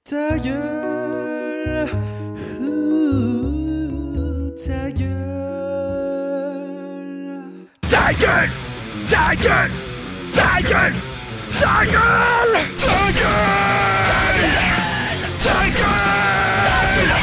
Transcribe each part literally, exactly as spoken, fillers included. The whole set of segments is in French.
Ta gueule, ouh, ta gueule. Ta gueule, ta gueule, ta gueule, ta gueule, ta gueule, ta gueule.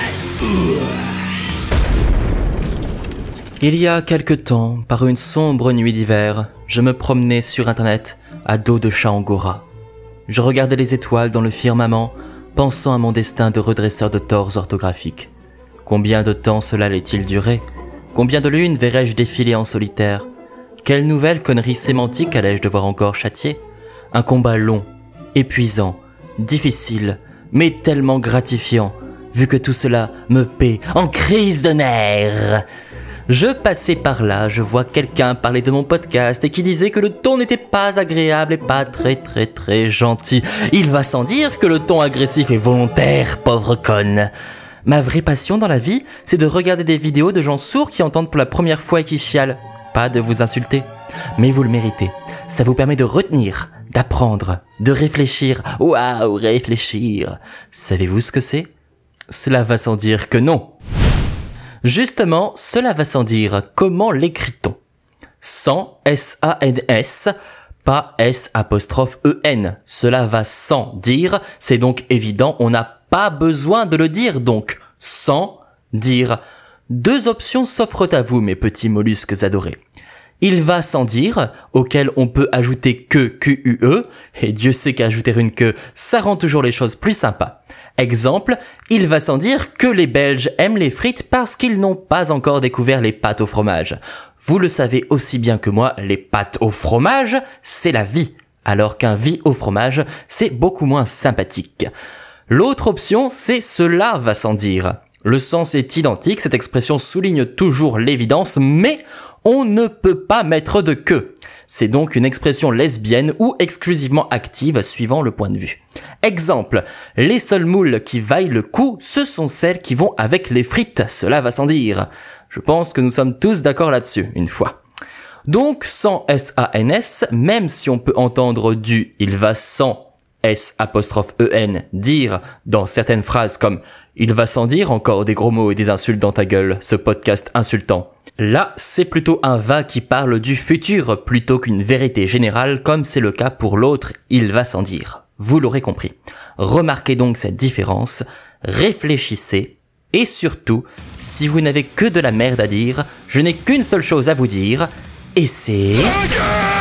Il y a quelque temps, par une sombre nuit d'hiver, je me promenais sur internet à dos de chat angora. Je regardais les étoiles dans le firmament, pensant à mon destin de redresseur de torts orthographiques. Combien de temps cela allait-il durer ? Combien de lunes verrais-je défiler en solitaire ? Quelle nouvelle connerie sémantique allais-je devoir encore châtier ? Un combat long, épuisant, difficile, mais tellement gratifiant, vu que tout cela me paie en crise de nerfs. Je passais par là, je vois quelqu'un parler de mon podcast et qui disait que le ton n'était pas agréable et pas très très très gentil. Il va sans dire que le ton agressif est volontaire, pauvre conne. Ma vraie passion dans la vie, c'est de regarder des vidéos de gens sourds qui entendent pour la première fois et qui chialent. Pas de vous insulter, mais vous le méritez. Ça vous permet de retenir, d'apprendre, de réfléchir. Waouh, réfléchir. Savez-vous ce que c'est ? Cela va sans dire que non. Justement, cela va sans dire. Comment l'écrit-on ? Sans, S A N S, pas S apostrophe E N. Cela va sans dire, c'est donc évident, on n'a pas besoin de le dire donc. Sans dire. Deux options s'offrent à vous, mes petits mollusques adorés. Il va sans dire, auquel on peut ajouter que Q U E, et Dieu sait qu'ajouter une que, ça rend toujours les choses plus sympas. Exemple, il va sans dire que les Belges aiment les frites parce qu'ils n'ont pas encore découvert les pâtes au fromage. Vous le savez aussi bien que moi, les pâtes au fromage, c'est la vie, alors qu'un vie au fromage, c'est beaucoup moins sympathique. L'autre option, c'est cela va sans dire. Le sens est identique, cette expression souligne toujours l'évidence, mais on ne peut pas mettre de que. C'est donc une expression lesbienne ou exclusivement active suivant le point de vue. Exemple, les seules moules qui vaillent le coup, ce sont celles qui vont avec les frites, cela va sans dire. Je pense que nous sommes tous d'accord là-dessus, une fois. Donc, sans S A N S, même si on peut entendre du « il va sans » S apostrophe E N dire dans certaines phrases comme « il va sans dire encore des gros mots et des insultes dans ta gueule, ce podcast insultant ». Là, c'est plutôt un va qui parle du futur plutôt qu'une vérité générale comme c'est le cas pour l'autre « il va sans dire ». Vous l'aurez compris. Remarquez donc cette différence, réfléchissez et surtout, si vous n'avez que de la merde à dire, je n'ai qu'une seule chose à vous dire et c'est...